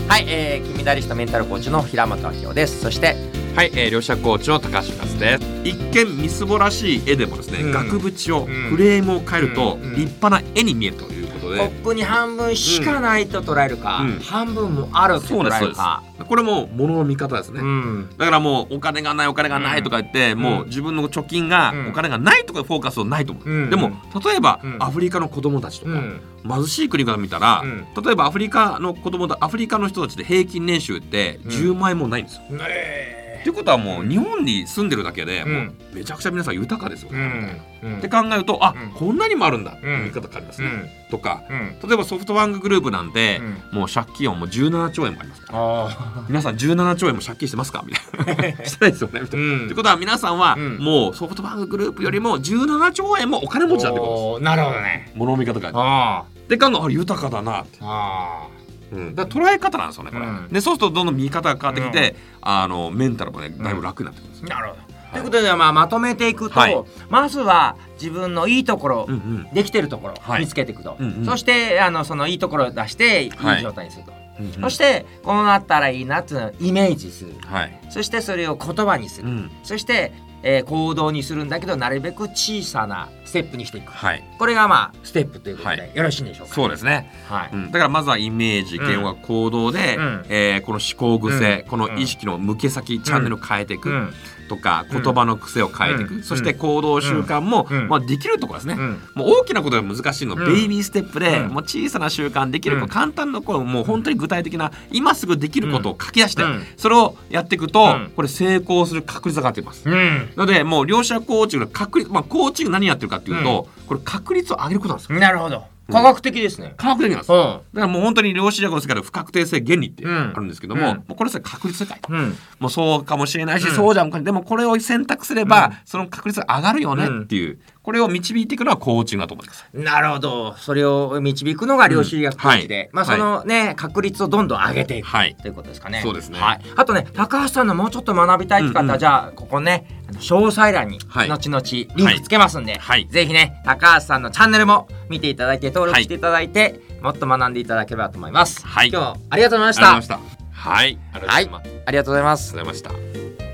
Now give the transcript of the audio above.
はい、金メダリストメンタルコーチの平本明夫です。そしてはい、両者コーチの高橋和です。一見みすぼらしい絵でもですね、額縁を、フレームを変えると立派な絵に見えるということで、 コップに半分しかないと捉えるか、半分もあると捉えるか、 これも物の見方ですね、だからもうお金がないとか言って、もう自分の貯金がお金がないとかフォーカスをないと思う、でも例えば、アフリカの子供たちとか、貧しい国から見たら、例えばアフリカの人たちで平均年収って10万円もないんですよ、っていうことはもう日本に住んでるだけで、もうめちゃくちゃ皆さん豊かですよね、って考えると、こんなにもあるんだって見方変わりますね、とか、例えばソフトバンクグループなんて、もう借金はもう17兆円もありますから、皆さん17兆円も借金してますかみたいなしてないですよねみたいな、ってことは皆さんは、もうソフトバンクグループよりも17兆円もお金持ちだってことです。 なるほどね。 物の見方変わってで考えると豊かだなって、だから捉え方なんですよねこれ、でそうするとどんどん見方が変わってきて、メンタルもねだいぶ楽になってくるんです。 なるほど。ということで、まとめていくと、まずは自分のいいところ、できてるところを見つけていくと、そしてそのいいところを出していい状態にすると、そしてこうなったらいいなっていうのをイメージする、そしてそれを言葉にする、そして行動にするんだけど、なるべく小さなステップにしていく、これがステップということで、よろしいんでしょうか。 そうですね、だからまずはイメージ、言語、行動で、この思考癖、この意識の向け先、チャンネルを変えていく、とか言葉の癖を変えていく、そして行動習慣も、できるところですね、もう大きなことが難しいの、ベイビーステップで、もう小さな習慣できる、簡単なもう本当に具体的な今すぐできることを書き出して、それをやっていくと、これ成功する確率が上がっています、なのでもう両者コーチングの確率、コーチング何やってるかっていうと、これ確率を上げることなんですよ。 なるほど、科学的ですね。 科学的なんです、だからもう本当に量子力学の世界で不確定性原理ってあるんですけども、もうこれは確率世界、もうそうかもしれないし、そうじゃん、でもこれを選択すれば、その確率が上がるよねっていう、これを導いていくのはコーチングだと思います。 なるほど、それを導くのが量子力コーチで、そのね確率をどんどん上げていく、ということですかね。 そうですね、 あとね、高橋さんのもうちょっと学びたいって方は、じゃあここね詳細欄に後々リンクつけますんで、ぜひね高橋さんのチャンネルも見ていただいて登録していただいて、もっと学んでいただければと思います。今日ありがとうございました。 はい、 ありがとうございます。 ありがとうございました。